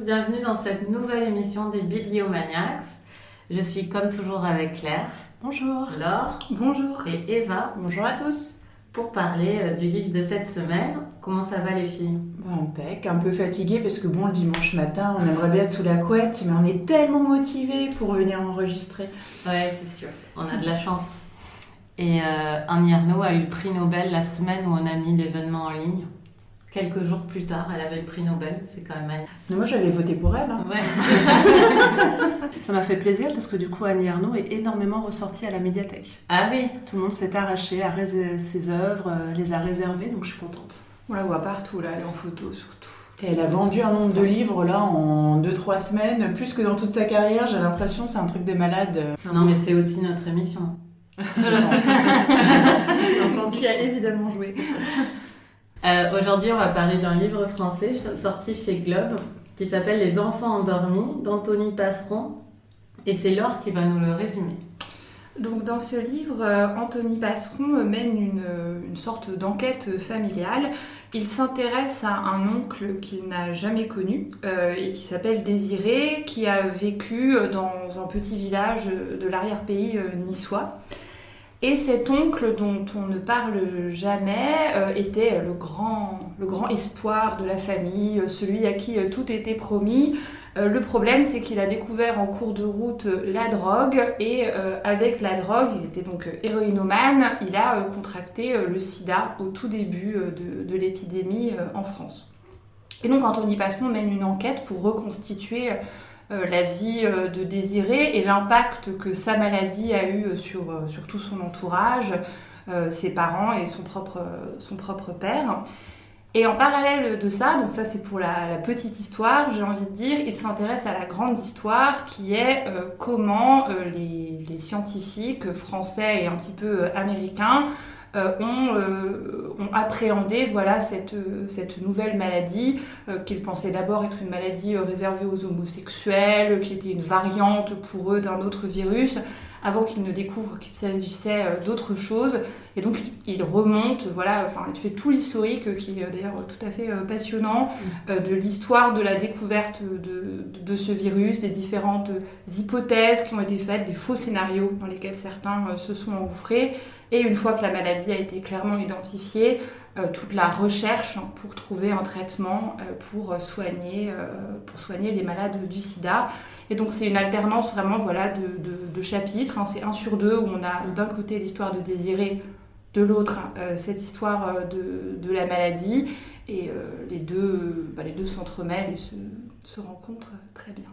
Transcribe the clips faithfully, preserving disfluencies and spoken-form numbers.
bienvenue dans cette nouvelle émission des Bibliomaniacs. Je suis comme toujours avec Claire. Bonjour. Laure. Bonjour. Et Eva. Bonjour à tous. Pour parler euh, du livre de cette semaine. Comment ça va les filles? Bon, impec, un peu fatiguée parce que bon, le dimanche matin, on aimerait bien être sous la couette, mais on est tellement motivés pour venir enregistrer. Ouais, c'est sûr. On a de la chance. Et euh, Annie Ernaux a eu le prix Nobel la semaine où on a mis l'événement en ligne. Quelques jours plus tard, elle avait le prix Nobel. C'est quand même magnifique. Moi, j'avais voté pour elle. Hein. Ouais. Ça m'a fait plaisir parce que du coup, Annie Ernaux est énormément ressortie à la médiathèque. Ah oui. Tout le monde s'est arraché à rés- ses œuvres, euh, les a réservées, donc je suis contente. On la voit partout, là, elle est en photo surtout. Et elle a vendu un nombre de livres là en deux trois semaines, plus que dans toute sa carrière. J'ai l'impression, c'est un truc de malade. Non, mais c'est aussi notre émission. J'ai entendu. Qui a évidemment joué. Euh, aujourd'hui, on va parler d'un livre français sorti chez Globe qui s'appelle Les enfants endormis d'Anthony Passeron. Et c'est Laure qui va nous le résumer. Donc dans ce livre, euh, Anthony Passeron mène une, une sorte d'enquête familiale. Il s'intéresse à un oncle qu'il n'a jamais connu euh, et qui s'appelle Désiré, qui a vécu dans un petit village de l'arrière-pays euh, niçois. Et cet oncle dont on ne parle jamais euh, était le grand, le grand espoir de la famille, celui à qui euh, tout était promis. Euh, le problème, c'est qu'il a découvert en cours de route euh, la drogue et euh, avec la drogue, il était donc euh, héroïnomane, il a euh, contracté euh, le sida au tout début euh, de, de l'épidémie euh, en France. Et donc Anthony Passeron mène une enquête pour reconstituer Euh, la vie euh, de Désiré et l'impact que sa maladie a eu sur, euh, sur tout son entourage, euh, ses parents et son propre, son propre père. Et en parallèle de ça, donc ça c'est pour la, la petite histoire, j'ai envie de dire, il s'intéresse à la grande histoire qui est euh, comment euh, les, les scientifiques français et un petit peu euh, américains Euh, ont, euh, ont appréhendé voilà, cette, cette nouvelle maladie euh, qu'ils pensaient d'abord être une maladie euh, réservée aux homosexuels, qui était une variante pour eux d'un autre virus, avant qu'ils ne découvrent qu'il s'agissait euh, d'autre chose. Et donc il remonte, voilà, enfin il fait tout l'historique, euh, qui est d'ailleurs tout à fait euh, passionnant, euh, de l'histoire de la découverte de, de, de ce virus, des différentes hypothèses qui ont été faites, des faux scénarios dans lesquels certains euh, se sont engouffrés. Et une fois que la maladie a été clairement identifiée, euh, toute la recherche pour trouver un traitement euh, pour, soigner, euh, pour soigner les malades du sida. Et donc c'est une alternance vraiment voilà, de, de, de chapitres. Hein. C'est un sur deux où on a d'un côté l'histoire de Désiré, de l'autre euh, cette histoire de, de la maladie. Et euh, les, deux, bah, les deux s'entremêlent et se, se rencontrent très bien.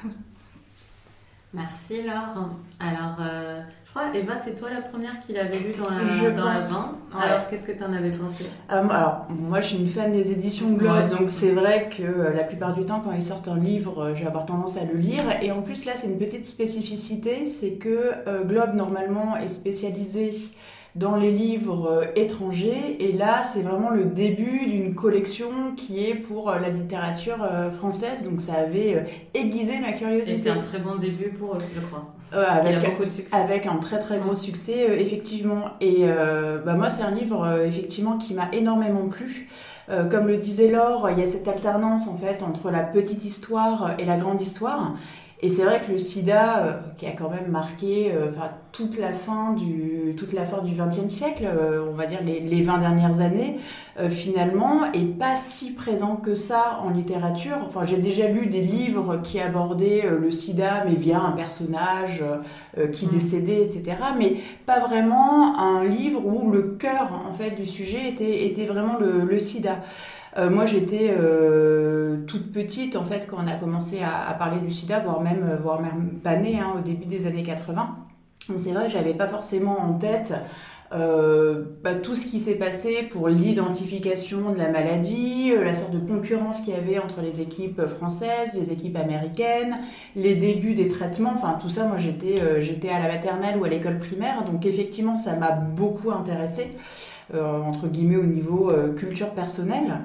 Merci Laure. Alors, euh, je crois, Eva, c'est toi la première qui l'avait lu dans la, Je dans la pense. bande. Ouais. Alors, qu'est-ce que tu en avais pensé? Euh, alors, moi je suis une fan des éditions Globe, Moi aussi. donc c'est vrai que euh, la plupart du temps, quand ils sortent un livre, euh, je vais avoir tendance à le lire. Et en plus, là, c'est une petite spécificité, c'est que euh, Globe, normalement, est spécialisé dans les livres euh, étrangers. Et là, c'est vraiment le début d'une collection qui est pour euh, la littérature euh, française. Donc ça avait euh, aiguisé ma curiosité. Et c'est un très bon début pour eux, je crois. Euh, Parce avec, qu'il a beaucoup de succès. avec un très très gros succès, euh, effectivement. Et euh, bah, moi, c'est un livre, euh, effectivement, qui m'a énormément plu. Euh, comme le disait Laure, il y a cette alternance, en fait, entre la petite histoire et la grande histoire. Et c'est vrai que le sida, euh, qui a quand même marqué euh, toute la fin du toute la fin du vingtième siècle, euh, on va dire les, les vingt dernières années, euh, finalement, est pas si présent que ça en littérature. Enfin, j'ai déjà lu des livres qui abordaient euh, le sida, mais via un personnage euh, qui décédait, et cetera. Mais pas vraiment un livre où le cœur, en fait, du sujet était était vraiment le, le sida. Euh, moi, j'étais euh, toute petite, en fait, quand on a commencé à, à parler du sida, voire même, voire même pas née, hein, au début des années quatre-vingts. Donc, c'est vrai que j'avais pas forcément en tête euh, bah, tout ce qui s'est passé pour l'identification de la maladie, euh, la sorte de concurrence qu'il y avait entre les équipes françaises, les équipes américaines, les débuts des traitements. Enfin, tout ça, moi, j'étais, euh, j'étais à la maternelle ou à l'école primaire. Donc, effectivement, ça m'a beaucoup intéressée. Euh, entre guillemets au niveau euh, culture personnelle.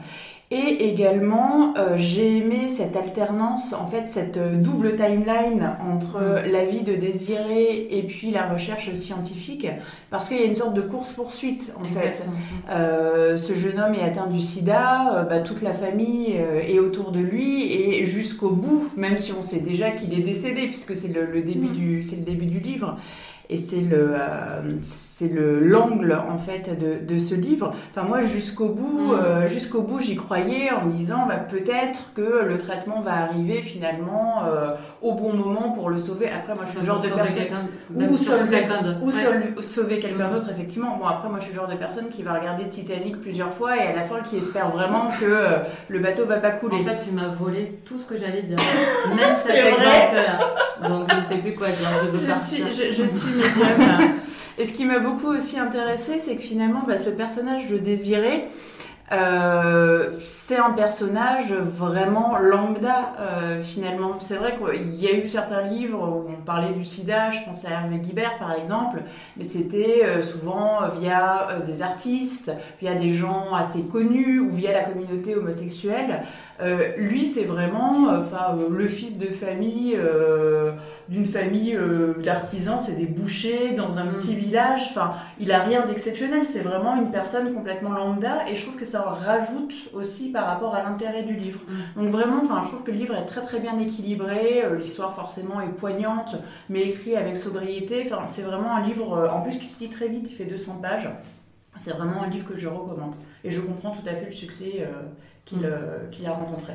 Et également, euh, j'ai aimé cette alternance, en fait, cette euh, double timeline entre mmh. la vie de Désiré et puis la recherche scientifique, parce qu'il y a une sorte de course-poursuite, en Exactement. fait. Euh, ce jeune homme est atteint du sida, euh, bah, toute la famille euh, est autour de lui, et jusqu'au bout, même si on sait déjà qu'il est décédé, puisque c'est le, le, début, mmh. du, c'est le début du livre. Et c'est le euh, c'est le l'angle en fait de, de ce livre. Enfin moi jusqu'au bout mmh. euh, jusqu'au bout j'y croyais en me disant bah, peut-être que le traitement va arriver finalement euh, au bon moment pour le sauver. Après moi je suis le genre de personne ou sauver quelqu'un d'autre. Ou ouais. sauver quelqu'un mmh. d'autre effectivement. Bon après moi je suis le genre de personne qui va regarder Titanic plusieurs fois et à la fin qui espère vraiment que euh, le bateau va pas couler. En fait tu m'as volé tout ce que j'allais dire. Même cet exemple-là. Donc je ne sais plus quoi dire. Je, veux je suis je, je suis médium. Et ce qui m'a beaucoup aussi intéressé, c'est que finalement, bah, ce personnage de Désiré, euh, c'est un personnage vraiment lambda, euh, finalement. C'est vrai qu'il y a eu certains livres où on parlait du sida, je pense à Hervé Guibert par exemple, mais c'était euh, souvent via euh, des artistes, via des gens assez connus ou via la communauté homosexuelle. Euh, lui, c'est vraiment enfin, euh, le fils de famille, euh, d'une famille euh, d'artisans, c'est des bouchers dans un petit village. Enfin, il a rien d'exceptionnel, c'est vraiment une personne complètement lambda et je trouve que ça en rajoute aussi par rapport à l'intérêt du livre. Donc vraiment, enfin, je trouve que le livre est très très bien équilibré, euh, l'histoire forcément est poignante, mais écrit avec sobriété. Enfin, c'est vraiment un livre, euh, en plus qui se lit très vite, il fait deux cents pages. C'est vraiment un livre que je recommande. Et je comprends tout à fait le succès euh, qu'il, mmh. euh, qu'il a rencontré.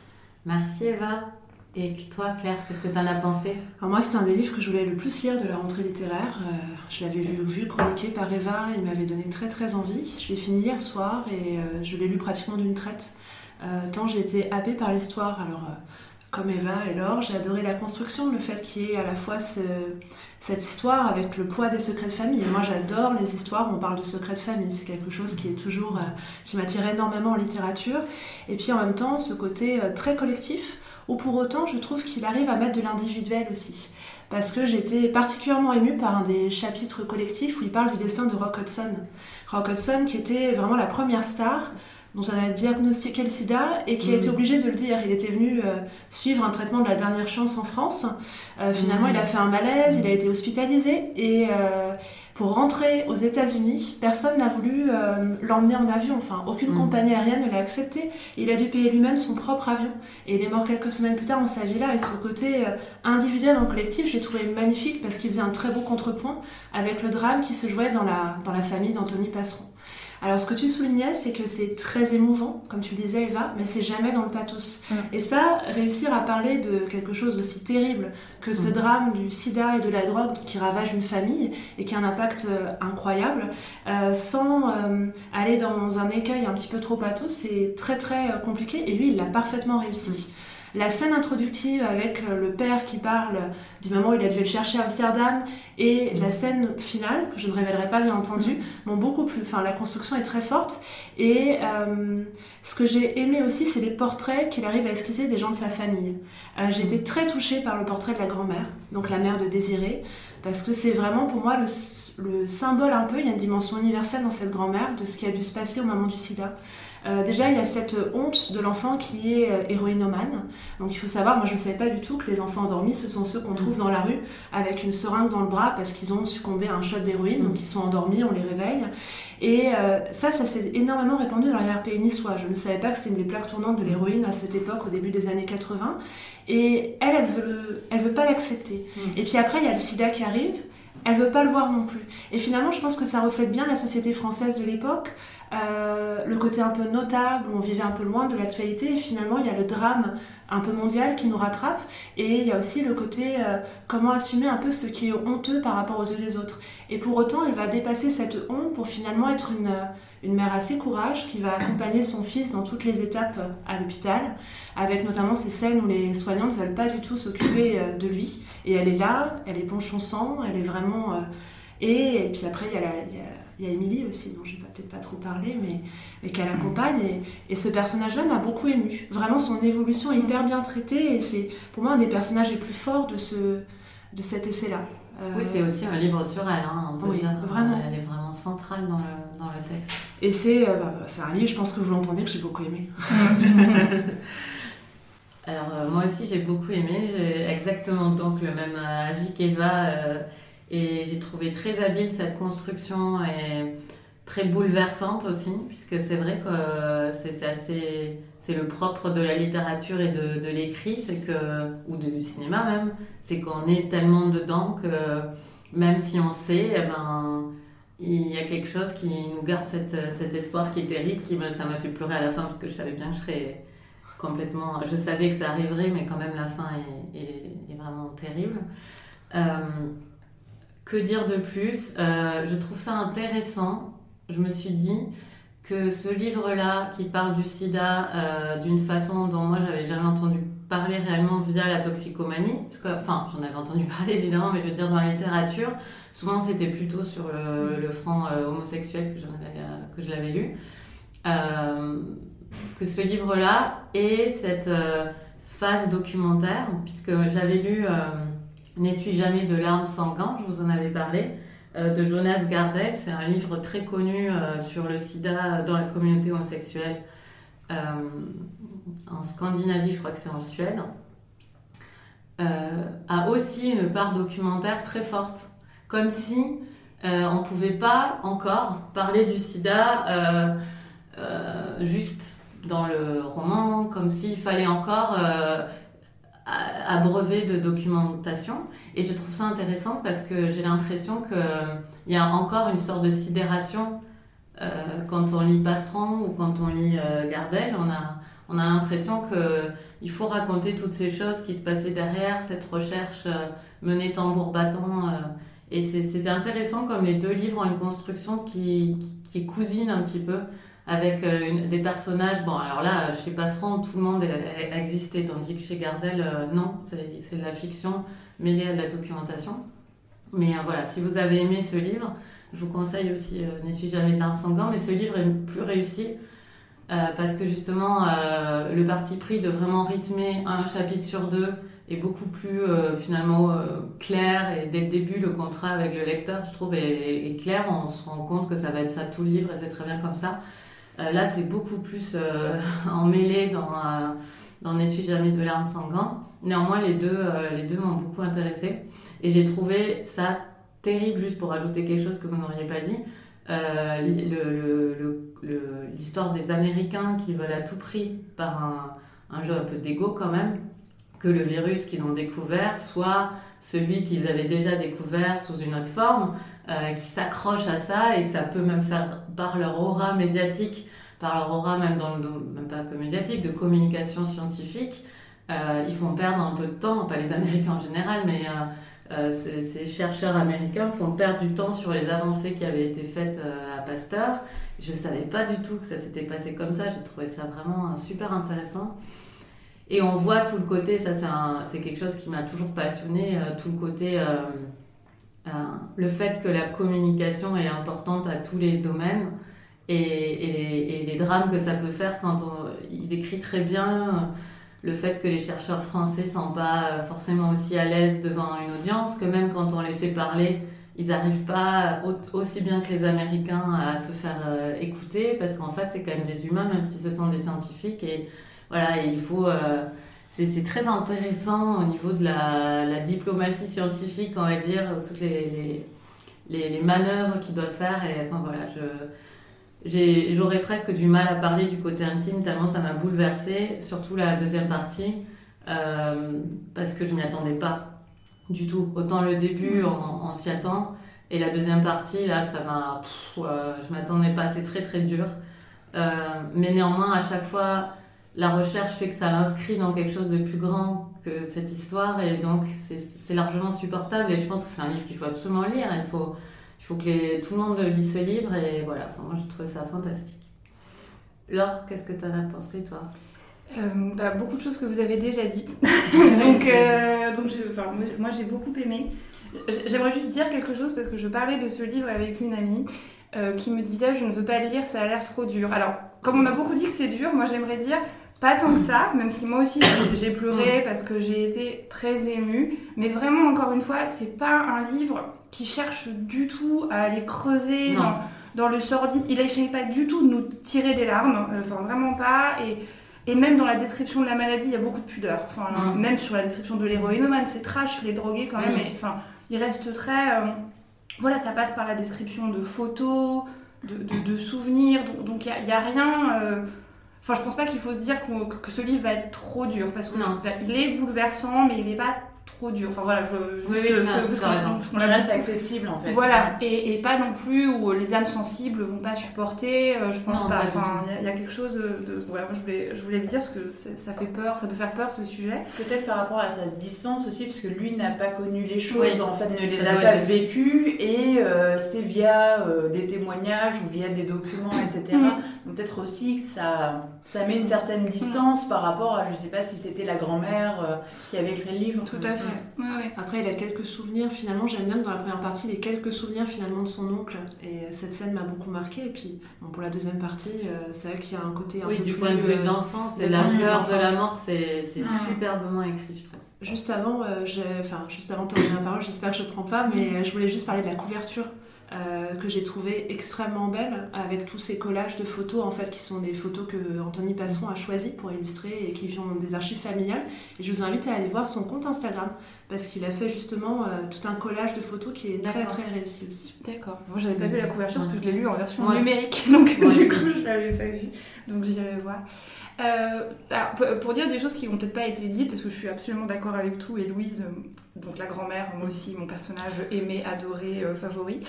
Merci Eva. Et toi Claire, qu'est-ce que tu en as pensé ? Alors moi c'est un des livres que je voulais le plus lire de la rentrée littéraire. Euh, je l'avais vu, vu chroniqué par Eva, il m'avait donné très très envie. Je l'ai fini hier soir et euh, je l'ai lu pratiquement d'une traite. Euh, tant j'ai été happée par l'histoire. Alors euh, comme Eva et Laure, j'ai adoré la construction, le fait qu'il y ait à la fois ce... cette histoire avec le poids des secrets de famille. Et moi, j'adore les histoires où on parle de secrets de famille. C'est quelque chose qui est toujours, euh, qui m'attire énormément en littérature. Et puis en même temps, ce côté euh, très collectif, où pour autant, je trouve qu'il arrive à mettre de l'individuel aussi. Parce que j'étais particulièrement émue par un des chapitres collectifs où il parle du destin de Rock Hudson. Rock Hudson, qui était vraiment la première star dont on a diagnostiqué le sida et qui a mmh. été obligé de le dire. Il était venu euh, suivre un traitement de la dernière chance en France. Euh, finalement, mmh. il a fait un malaise, mmh. il a été hospitalisé et euh, pour rentrer aux États-Unis, personne n'a voulu euh, l'emmener en avion. Enfin, aucune mmh. compagnie aérienne ne l'a accepté. Il a dû payer lui-même son propre avion. Et il est mort quelques semaines plus tard dans sa villa. Et ce côté euh, individuel en collectif, je l'ai trouvé magnifique parce qu'il faisait un très beau contrepoint avec le drame qui se jouait dans la, dans la famille d'Anthony Passeron. Alors, ce que tu soulignais, c'est que c'est très émouvant, comme tu le disais, Eva, mais c'est jamais dans le pathos. Mmh. Et ça, réussir à parler de quelque chose d'aussi terrible que ce mmh. drame du sida et de la drogue qui ravage une famille et qui a un impact euh, incroyable, euh, sans euh, aller dans un écueil un petit peu trop pathos, c'est très très euh, compliqué. Et lui, il l'a parfaitement réussi. Mmh. La scène introductive avec le père qui parle du moment où il a dû le chercher à Amsterdam et mmh. la scène finale, que je ne révélerai pas bien entendu, mmh. m'ont beaucoup plu. Enfin, la construction est très forte et euh, ce que j'ai aimé aussi, c'est les portraits qu'il arrive à esquisser des gens de sa famille. Euh, j'ai été très touchée par le portrait de la grand-mère, donc la mère de Désiré, parce que c'est vraiment pour moi le, le symbole un peu, il y a une dimension universelle dans cette grand-mère de ce qui a dû se passer au moment du sida. Euh, déjà, il y a cette honte de l'enfant qui est euh, héroïnomane. Donc il faut savoir, moi je ne savais pas du tout que les enfants endormis, ce sont ceux qu'on trouve dans la rue avec une seringue dans le bras parce qu'ils ont succombé à un shot d'héroïne, donc ils sont endormis, on les réveille. Et euh, ça, ça s'est énormément répandu dans l'arrière-pays niçois. Je ne savais pas que c'était une des plaques tournantes de l'héroïne à cette époque, au début des années quatre-vingts. Et elle, elle veut, le, elle veut pas l'accepter. Mmh. Et puis après, il y a le sida qui arrive. Elle veut pas le voir non plus. Et finalement, je pense que ça reflète bien la société française de l'époque, euh, le côté un peu notable, où on vivait un peu loin de l'actualité, et finalement, il y a le drame un peu mondial qui nous rattrape, et il y a aussi le côté euh, comment assumer un peu ce qui est honteux par rapport aux yeux des autres. Et pour autant, elle va dépasser cette honte pour finalement être une, une mère assez courage, qui va accompagner son fils dans toutes les étapes à l'hôpital, avec notamment ces scènes où les soignants ne veulent pas du tout s'occuper de lui, et elle est là, elle éponge son sang, elle est vraiment... Euh, et, et puis après, il y a la... Il y a, Il y a Émilie aussi, dont je n'ai peut-être pas trop parlé, mais, mais qu'elle accompagne. Et, et ce personnage-là m'a beaucoup émue. Vraiment, son évolution est hyper bien traitée. Et c'est pour moi un des personnages les plus forts de, ce, de cet essai-là. Euh, Oui, c'est aussi un livre sur elle, hein, on peut oui, dire. vraiment. Elle est vraiment centrale dans le, dans le texte. Et c'est, euh, bah, c'est un livre, je pense que vous l'entendez, que j'ai beaucoup aimé. Alors, euh, moi aussi, j'ai beaucoup aimé. J'ai exactement donc le même avis qu'Eva. Euh, et j'ai trouvé très habile cette construction et très bouleversante aussi, puisque c'est vrai que euh, c'est, c'est assez... C'est le propre de la littérature et de, de l'écrit, c'est que, ou du cinéma même, c'est qu'on est tellement dedans que même si on sait, eh ben, il y a quelque chose qui nous garde cette, cet espoir qui est terrible, qui me, ça m'a fait pleurer à la fin parce que je savais bien que je serais complètement... Je savais que ça arriverait, mais quand même la fin est, est, est vraiment terrible. Euh, que dire de plus ? euh, Je trouve ça intéressant. Je me suis dit... que ce livre-là, qui parle du sida euh, d'une façon dont moi j'avais jamais entendu parler réellement via la toxicomanie, parce que, enfin j'en avais entendu parler évidemment, mais je veux dire dans la littérature, souvent c'était plutôt sur le, le front euh, homosexuel que, j'en avais, euh, que je l'avais lu, euh, que ce livre-là ait cette euh, phase documentaire, puisque j'avais lu euh, N'essuie jamais de larmes sans gants, je vous en avais parlé, de Jonas Gardell. C'est un livre très connu euh, sur le sida dans la communauté homosexuelle euh, en Scandinavie, je crois que c'est en Suède, euh, a aussi une part documentaire très forte, comme si euh, on ne pouvait pas encore parler du sida euh, euh, juste dans le roman, comme s'il fallait encore euh, abreuver de documentation. Et je trouve ça intéressant parce que j'ai l'impression qu'il y a encore une sorte de sidération euh, quand on lit Passeron ou quand on lit euh, Gardel. On a, on a l'impression qu'il faut raconter toutes ces choses qui se passaient derrière, cette recherche euh, menée tambour battant. Euh, et c'est, c'était intéressant comme les deux livres ont une construction qui, qui, qui cousine un petit peu avec euh, une, des personnages. Bon, alors là, chez Passeron, tout le monde a existé, tandis que chez Gardel, euh, non, c'est, c'est de la fiction mêlée à de la documentation. Mais euh, voilà, si vous avez aimé ce livre, je vous conseille aussi euh, N'essuie jamais de larmes sans gants, mais ce livre est plus réussi euh, parce que justement, euh, le parti pris de vraiment rythmer un chapitre sur deux est beaucoup plus euh, finalement euh, clair, et dès le début, le contrat avec le lecteur, je trouve, est, est clair. On se rend compte que ça va être ça tout le livre et c'est très bien comme ça. Euh, là, c'est beaucoup plus euh, emmêlé dans, euh, dans N'essuie jamais de larmes sans gants. Néanmoins, les deux, euh, les deux m'ont beaucoup intéressée. Et j'ai trouvé ça terrible, juste pour ajouter quelque chose que vous n'auriez pas dit, euh, le, le, le, le, l'histoire des Américains qui veulent à tout prix, par un, un jeu un peu d'égo quand même, que le virus qu'ils ont découvert soit celui qu'ils avaient déjà découvert sous une autre forme, euh, qui s'accrochent à ça, et ça peut même faire, par leur aura médiatique, par leur aura même, dans le, même pas que médiatique, de communication scientifique, euh, ils font perdre un peu de temps, pas les Américains en général, mais euh, euh, ces, ces chercheurs américains font perdre du temps sur les avancées qui avaient été faites euh, à Pasteur. Je ne savais pas du tout que ça s'était passé comme ça, j'ai trouvé ça vraiment super intéressant. Et on voit tout le côté, ça c'est, un, c'est quelque chose qui m'a toujours passionnée, euh, tout le côté, euh, euh, le fait que la communication est importante à tous les domaines, et, et, les, et les drames que ça peut faire quand on... Il décrit très bien le fait que les chercheurs français ne sont pas forcément aussi à l'aise devant une audience, que même quand on les fait parler, ils n'arrivent pas aussi bien que les Américains à se faire euh, écouter, parce qu'en face c'est quand même des humains, même si ce sont des scientifiques. Et voilà, et il faut... Euh, c'est, c'est très intéressant au niveau de la, la diplomatie scientifique, on va dire, toutes les, les, les, les manœuvres qu'ils doivent faire. Et enfin voilà, je... J'ai, j'aurais presque du mal à parler du côté intime, tellement ça m'a bouleversée, surtout la deuxième partie, euh, parce que je m'y attendais pas du tout. Autant le début, on, on s'y attend, et la deuxième partie, là, ça m'a... Pff, euh, je m'attendais pas, c'est très très dur. Euh, mais néanmoins, à chaque fois, la recherche fait que ça l'inscrit dans quelque chose de plus grand que cette histoire, et donc c'est, c'est largement supportable, et je pense que c'est un livre qu'il faut absolument lire. Il faut... Il faut que les, tout le monde lise ce livre, et voilà, enfin, moi j'ai trouvé ça fantastique. Laure, qu'est-ce que tu en as pensé, toi ? euh, bah, Beaucoup de choses que vous avez déjà dites. donc, euh, donc j'ai, enfin, moi, moi j'ai beaucoup aimé. J'aimerais juste dire quelque chose, parce que je parlais de ce livre avec une amie euh, qui me disait « je ne veux pas le lire, ça a l'air trop dur ». Alors, comme on a beaucoup dit que c'est dur, moi j'aimerais dire Pas tant que ça, même si moi aussi j'ai, j'ai pleuré parce que j'ai été très émue. Mais vraiment, encore une fois, c'est pas un livre qui cherche du tout à aller creuser dans, dans le sordide. Il n'essaye pas du tout de nous tirer des larmes, enfin vraiment pas. Et, et même dans la description de la maladie, il y a beaucoup de pudeur. Enfin, mm. Même sur la description de l'héroïnomane, c'est trash, les drogués quand même. Mm. Et, enfin, il reste très... Euh, voilà, ça passe par la description de photos, de, de, de souvenirs. Donc il n'y a, a rien... Euh, Enfin, je pense pas qu'il faut se dire que, que ce livre va être trop dur, parce que je, il est bouleversant, mais il n'est pas trop dur. Enfin voilà, je, je oui, juste, oui, parce, parce, parce qu'on il reste accessible en fait. Voilà, et, et pas non plus où les âmes sensibles vont pas supporter. Euh, je pense non, pas. Enfin, il y, y a quelque chose de. de voilà, moi je voulais, je voulais le dire parce que ça fait peur, ça peut faire peur ce sujet. Peut-être par rapport à sa distance aussi, parce que lui n'a pas connu les choses, oui. en fait, ne les ça a pas vécues, et euh, c'est via euh, des témoignages ou via des documents, et cetera. Mm. Donc peut-être aussi que ça, ça met une certaine distance mm. par rapport à, je sais pas si c'était la grand-mère euh, qui avait écrit le livre. Tout à fait. Ouais, ouais. Après, il a quelques souvenirs. Finalement, j'aime bien dans la première partie les quelques souvenirs finalement de son oncle. Et cette scène m'a beaucoup marquée. Et puis, bon, pour la deuxième partie, euh, c'est vrai qu'il y a un côté un oui, peu du plus... point de vue de l'enfance, c'est la peur de la mort, c'est, c'est ouais. superbement écrit, je trouve. Juste avant, euh, j'ai... enfin, juste avant de tourner la parole, j'espère que je ne prends pas, mais je voulais juste parler de la couverture. Euh, que j'ai trouvé extrêmement belle, avec tous ces collages de photos en fait, qui sont des photos que Anthony Passeron a choisies pour illustrer et qui viennent des archives familiales. Et je vous invite à aller voir son compte Instagram, parce qu'il a fait justement euh, tout un collage de photos qui est très très réussi aussi. D'accord. Moi j'avais pas mmh. vu la couverture, ouais. parce que je l'ai lu en version ouais. numérique, donc ouais, du coup je l'avais pas vu, donc j'irai voir. Euh, alors, pour dire des choses qui n'ont peut-être pas été dites, parce que je suis absolument d'accord avec tout, et Louise, donc la grand-mère, moi aussi, mon personnage aimé, adoré, euh, favori.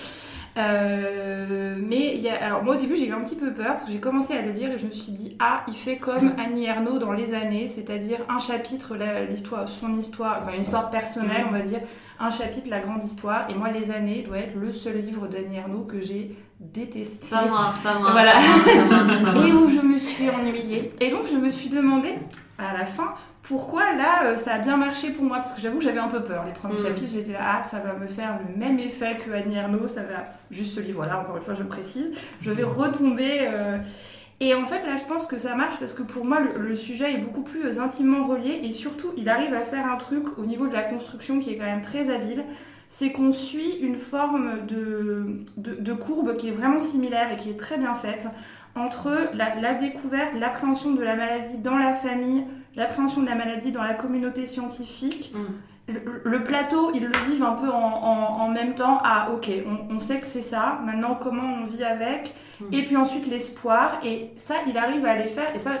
Euh, mais y a, alors moi au début j'ai eu un petit peu peur, parce que j'ai commencé à le lire et je me suis dit, ah, il fait comme Annie Ernaux dans Les Années, c'est-à-dire un chapitre, la, l'histoire, son histoire, enfin une histoire personnelle, on va dire, un chapitre, la grande histoire, et moi Les Années doit être le seul livre d'Annie Ernaux que j'ai détesté. Pas moi, pas moi. Voilà. Pas moi, pas moi. Et où je me suis ennuyée. Et donc je me suis demandé, à la fin, pourquoi là euh, ça a bien marché pour moi, parce que j'avoue que j'avais un peu peur. Les premiers mmh. chapitres, j'étais là, ah, ça va me faire le même effet que Annie Ernaux, ça va juste ce livre, voilà, encore une fois je précise, je vais retomber. Euh... Et en fait là je pense que ça marche parce que pour moi le, le sujet est beaucoup plus euh, intimement relié, et surtout il arrive à faire un truc au niveau de la construction qui est quand même très habile. C'est qu'on suit une forme de, de, de courbe qui est vraiment similaire et qui est très bien faite entre la, la découverte, l'appréhension de la maladie dans la famille, l'appréhension de la maladie dans la communauté scientifique. Mm. Le, le plateau, ils le vivent un peu en, en, en même temps. Ah, ok, on, on sait que c'est ça. Maintenant, comment on vit avec ? Mm. Et puis ensuite, l'espoir. Et ça, il arrive à les faire. Et ça,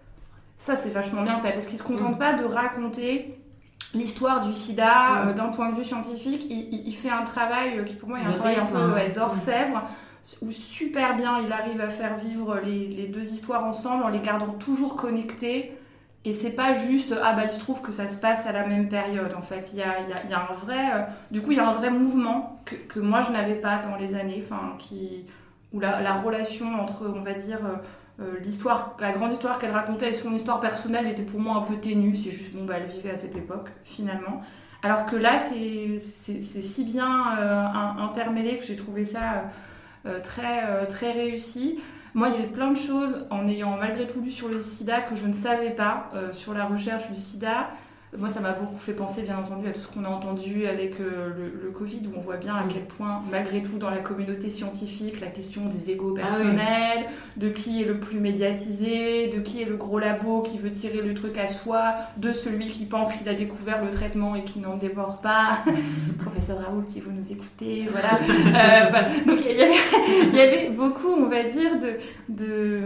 ça c'est vachement bien fait. Parce qu'il ne se contente mm. pas de raconter l'histoire du sida mm. euh, d'un point de vue scientifique. Il, il, il fait un travail qui, pour moi, est un travail un peu ouais, d'orfèvre. Où super bien, il arrive à faire vivre les, les deux histoires ensemble en les gardant toujours connectées. Et c'est pas juste, ah bah il se trouve que ça se passe à la même période, en fait. Il y a, il y a, il y a un vrai... Euh, du coup, il y a un vrai mouvement que, que moi, je n'avais pas dans les années, enfin, qui, où la, la relation entre, on va dire, euh, l'histoire, la grande histoire qu'elle racontait et son histoire personnelle était pour moi un peu ténue. C'est juste, bon, bah elle vivait à cette époque, finalement. Alors que là, c'est, c'est, c'est si bien euh, intermêlé que j'ai trouvé ça euh, très, euh, très réussi. Moi, il y avait plein de choses, en ayant malgré tout lu sur le sida, que je ne savais pas, euh, sur la recherche du sida. Moi, ça m'a beaucoup fait penser, bien entendu, à tout ce qu'on a entendu avec euh, le, le Covid, où on voit bien à quel point, malgré tout, dans la communauté scientifique, la question des égos personnels, ah oui. de qui est le plus médiatisé, de qui est le gros labo qui veut tirer le truc à soi, de celui qui pense qu'il a découvert le traitement et qui n'en démord pas. Professeur Raoult, si vous nous écoutez, voilà. euh, voilà. Donc, il y avait, il y avait beaucoup, on va dire, de, de,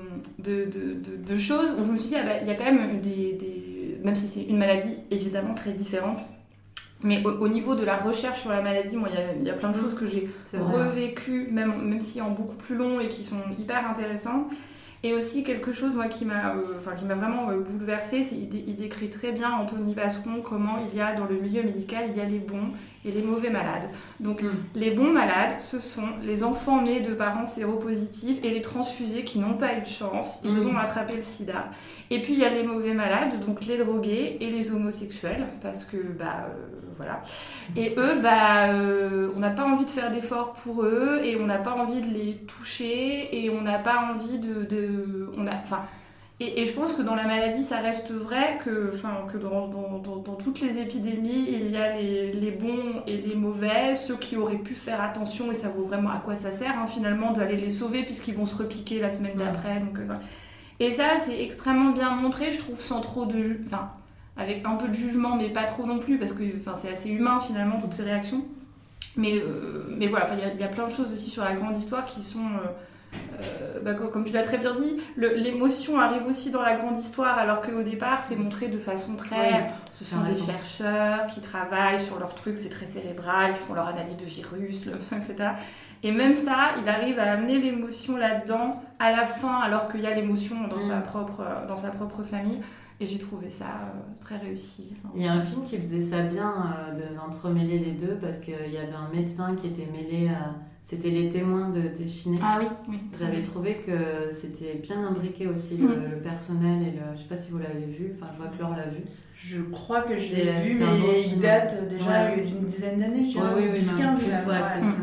de, de, de, de choses où je me suis dit, ah bah, il y a quand même des... des même si c'est une maladie évidemment très différente, mais au, au niveau de la recherche sur la maladie, moi il y a, il y a plein de choses que j'ai revécues, même, même si en beaucoup plus long et qui sont hyper intéressantes. Et aussi quelque chose moi, qui, m'a, euh, enfin, qui m'a vraiment euh, bouleversée, c'est qu'il il décrit très bien, Anthony Passeron, comment il y a dans le milieu médical, il y a les bons et les mauvais malades. Donc mm. les bons malades, ce sont les enfants nés de parents séropositifs et les transfusés qui n'ont pas eu de chance, ils mm. ont attrapé le sida. Et puis il y a les mauvais malades, donc les drogués et les homosexuels, parce que bah euh, voilà. Et eux, bah euh, on n'a pas envie de faire d'efforts pour eux et on n'a pas envie de les toucher et on n'a pas envie de, de on a, enfin Et, et je pense que dans la maladie, ça reste vrai que, enfin, que dans, dans, dans, dans toutes les épidémies, il y a les, les bons et les mauvais, ceux qui auraient pu faire attention, et ça vaut vraiment à quoi ça sert, hein, finalement, d'aller les sauver, puisqu'ils vont se repiquer la semaine d'après. Donc, euh, voilà. Et ça, c'est extrêmement bien montré, je trouve, sans trop de... Ju- enfin, avec un peu de jugement, mais pas trop non plus, parce que enfin, c'est assez humain, finalement, toutes ces réactions. Mais, euh, mais voilà, il y, y a plein de choses aussi sur la grande histoire qui sont... Euh, Euh, bah, comme tu l'as très bien dit, le, l'émotion arrive aussi dans la grande histoire, alors qu'au départ c'est montré de façon très... Oui, ce sont des raison. chercheurs qui travaillent sur leur truc, c'est très cérébral, ils font leur analyse de virus, le, et cetera. Et même ça, il arrive à amener l'émotion là-dedans à la fin, alors qu'il y a l'émotion dans, mmh. sa, propre, dans sa propre famille. Et j'ai trouvé ça euh, très réussi. Il y a un film qui faisait ça bien, euh, de, d'entremêler les deux, parce qu'il y avait un médecin qui était mêlé à... C'était Les Témoins de Téchiné. Ah oui, oui. J'avais trouvé que c'était bien imbriqué aussi, le, mmh. le personnel. Et le, je ne sais pas si vous l'avez vu, enfin je vois que Laure l'a vu. Je crois que je l'ai vu, mais bon il date déjà ouais. d'une dizaine d'années, je dirais, oui, oui, dix quinze. Ouais, ouais. ouais. Mmh.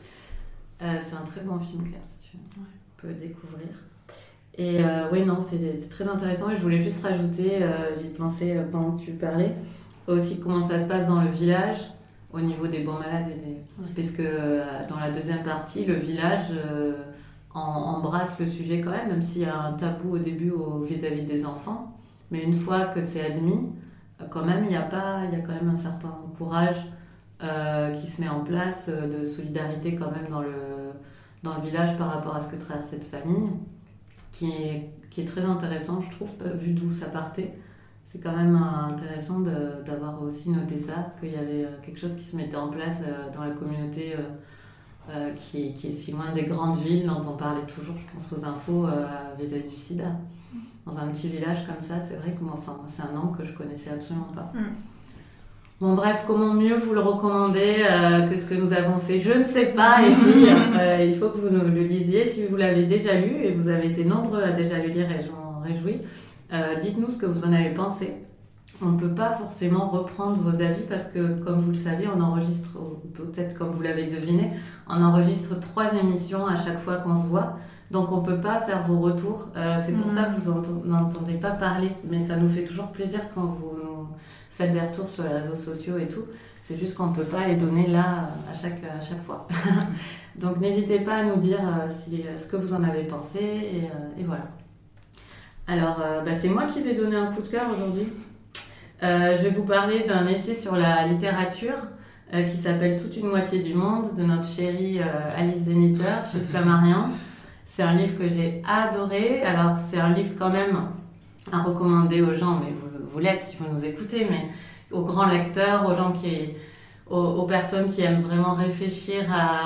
Euh, c'est un très bon film, Claire, si tu ouais. peux découvrir. Et euh, oui, non, c'est, c'est très intéressant. Et je voulais juste rajouter, euh, j'y pensais euh, pendant que tu parlais, aussi comment ça se passe dans le village, au niveau des bons malades. Et des... ouais. Parce que euh, dans la deuxième partie, le village euh, en, embrasse le sujet quand même, même s'il y a un tabou au début au, vis-à-vis des enfants. Mais une fois que c'est admis, quand même, il y a pas, il y a quand même un certain courage euh, qui se met en place, euh, de solidarité quand même dans le, dans le village par rapport à ce que traverse cette famille. Qui est, qui est très intéressant, je trouve, vu d'où ça partait. C'est quand même intéressant de, d'avoir aussi noté ça, qu'il y avait quelque chose qui se mettait en place dans la communauté euh, euh, qui, qui est si loin des grandes villes, dont on parlait toujours, je pense, aux infos euh, vis-à-vis du sida. Dans un petit village comme ça, c'est vrai que moi, enfin, c'est un nom que je connaissais absolument pas. Mm. Bon, bref, comment mieux vous le recommander euh, que ce que nous avons fait, je ne sais pas. Et puis, euh, il faut que vous le lisiez. Si vous l'avez déjà lu, et vous avez été nombreux à déjà le lire, et je m'en réjouis, euh, dites-nous ce que vous en avez pensé. On ne peut pas forcément reprendre vos avis parce que, comme vous le savez, on enregistre, peut-être comme vous l'avez deviné, on enregistre trois émissions à chaque fois qu'on se voit. Donc, on ne peut pas faire vos retours. Euh, c'est pour mmh. ça que vous n'entendez pas parler. Mais ça nous fait toujours plaisir quand vous nous faites des retours sur les réseaux sociaux et tout. C'est juste qu'on ne peut pas les donner là à chaque, à chaque fois. Donc, n'hésitez pas à nous dire euh, si, ce que vous en avez pensé. Et, euh, et voilà. Alors, euh, bah, c'est moi qui vais donner un coup de cœur aujourd'hui. Euh, je vais vous parler d'un essai sur la littérature euh, qui s'appelle « Toute une moitié du monde » de notre chérie euh, Alice Zeniter chez Flammarion. C'est un livre que j'ai adoré. Alors, c'est un livre quand même à recommander aux gens, mais vous, vous l'êtes si vous nous écoutez, mais aux grands lecteurs, aux gens qui, aux, aux personnes qui aiment vraiment réfléchir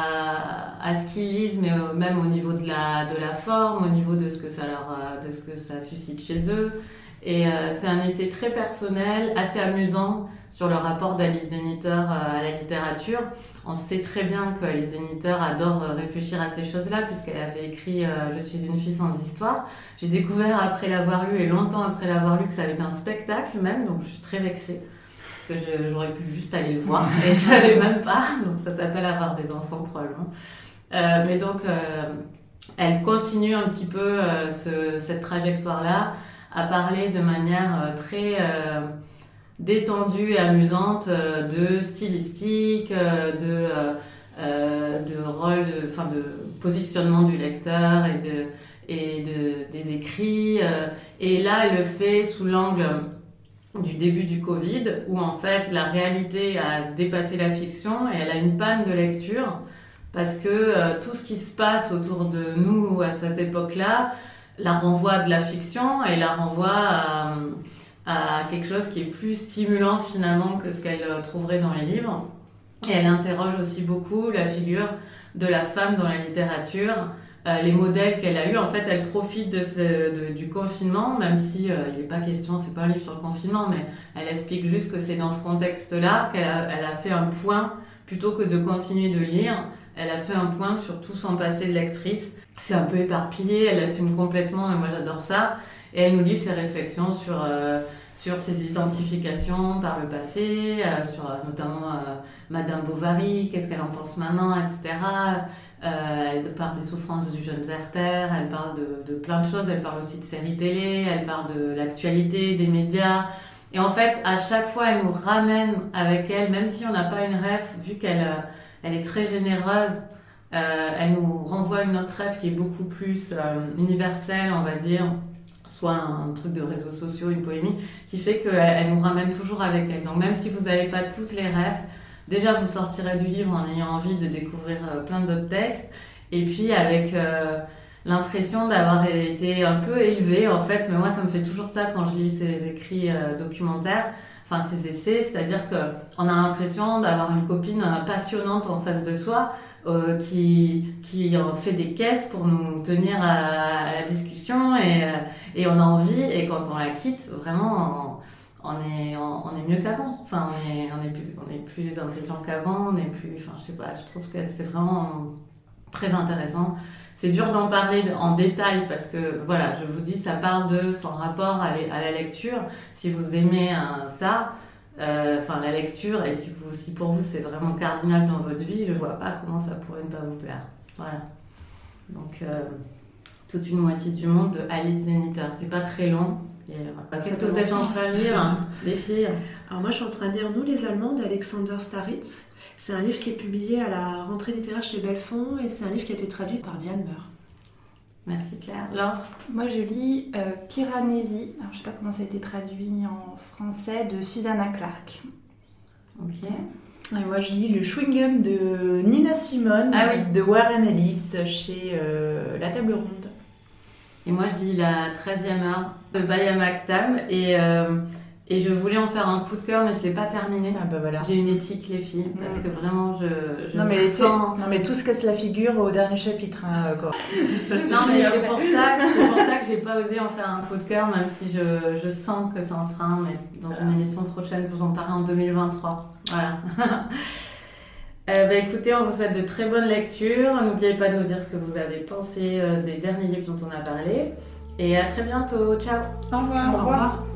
à, à ce qu'ils lisent, mais au, même au niveau de la, de la forme, au niveau de ce que ça leur, de ce que ça suscite chez eux. Et euh, c'est un essai très personnel, assez amusant sur le rapport d'Alice Zeniter à la littérature. On sait très bien qu'Alice Zeniter adore réfléchir à ces choses-là, puisqu'elle avait écrit euh, « Je suis une fille sans histoire ». J'ai découvert après l'avoir lu, et longtemps après l'avoir lu, que ça avait été un spectacle même, donc je suis très vexée, parce que je, j'aurais pu juste aller le voir, et je ne savais même pas, donc ça s'appelle « Avoir des enfants » probablement. Euh, mais donc, euh, elle continue un petit peu euh, ce, cette trajectoire-là, à parler de manière euh, très euh, détendue et amusante euh, de stylistique, euh, de, euh, euh, de rôle, de, enfin de positionnement du lecteur et, de, et de, des écrits. Euh, et là, elle le fait sous l'angle du début du Covid, où en fait la réalité a dépassé la fiction et elle a une panne de lecture, parce que euh, tout ce qui se passe autour de nous à cette époque-là la renvoie à de la fiction et la renvoie à, à quelque chose qui est plus stimulant finalement que ce qu'elle trouverait dans les livres. Et elle interroge aussi beaucoup la figure de la femme dans la littérature, euh, les modèles qu'elle a eus. En fait, elle profite de ce, de, du confinement, même si euh, il n'est pas question, c'est pas un livre sur le confinement, mais elle explique juste que c'est dans ce contexte-là qu'elle a, elle a fait un point, plutôt que de continuer de lire, elle a fait un point sur tout son passé de lectrice. C'est un peu éparpillé, elle assume complètement, et moi j'adore ça. Et elle nous livre ses réflexions sur, euh, sur ses identifications par le passé, euh, sur euh, notamment euh, Madame Bovary, qu'est-ce qu'elle en pense maintenant, et cetera. Euh, elle parle des souffrances du jeune Werther, elle parle de, de plein de choses, elle parle aussi de séries télé, elle parle de l'actualité, des médias. Et en fait, à chaque fois, elle nous ramène avec elle, même si on n'a pas une ref, vu qu'elle elle est très généreuse, euh, elle nous renvoie une autre ref qui est beaucoup plus euh, universelle, on va dire, soit un, un truc de réseaux sociaux, une polémique, qui fait qu'elle elle nous ramène toujours avec elle. Donc même si vous n'avez pas toutes les refs, déjà, vous sortirez du livre en ayant envie de découvrir euh, plein d'autres textes. Et puis, avec euh, l'impression d'avoir été un peu élevée, en fait. Mais moi, ça me fait toujours ça quand je lis ces écrits euh, documentaires, enfin, ces essais. C'est-à-dire qu'on a l'impression d'avoir une copine euh, passionnante en face de soi euh, qui, qui en fait des caisses pour nous tenir à, à la discussion. Et, euh, et on a envie. Et quand on la quitte, vraiment... On, On est, on, on est mieux qu'avant. Enfin, on est, on est plus, on est plus intelligent qu'avant. On est plus, enfin, je sais pas. Je trouve que c'est vraiment très intéressant. C'est dur d'en parler en détail parce que, voilà, je vous dis, ça parle de son rapport à, à la lecture. Si vous aimez hein, ça, euh, enfin, la lecture, et si, vous, si pour vous c'est vraiment cardinal dans votre vie, je vois pas comment ça pourrait ne pas vous plaire. Voilà. Donc, euh, toute une moitié du monde de Alice Zeniter. C'est pas très long. Et, euh, qu'est-ce que vous êtes en train de lire, les filles? Alors moi, je suis en train de lire Nous les Allemands d'Alexander Staritz. C'est un livre qui est publié à la rentrée littéraire chez Belfond et c'est un livre qui a été traduit par Diane Meur. Merci Claire. Laure? Moi, je lis euh, Piranesi. Alors, je sais pas comment ça a été traduit en français, de Susanna Clark. Ok. Et moi, je lis le chewing-gum de Nina Simone, ah, oui. de Warren Ellis, chez euh, La Table Ronde. Et moi, je lis La treizième heure de Bayam Akhtam et, euh, et je voulais en faire un coup de cœur, mais je ne l'ai pas terminé. Ah bah voilà. J'ai une éthique, les filles, parce que vraiment, je, je non, mais sens... Non, mais tout se casse la figure au dernier chapitre, hein, quoi. Non, mais c'est pour ça, c'est pour ça que je n'ai pas osé en faire un coup de cœur, même si je, je sens que ça en sera un, mais dans une émission prochaine, je vous en parlerai en deux mille vingt-trois. Voilà. Euh, bah, écoutez, on vous souhaite de très bonnes lectures. N'oubliez pas de nous dire ce que vous avez pensé euh, des derniers livres dont on a parlé. Et à très bientôt. Ciao. Au revoir. Au revoir.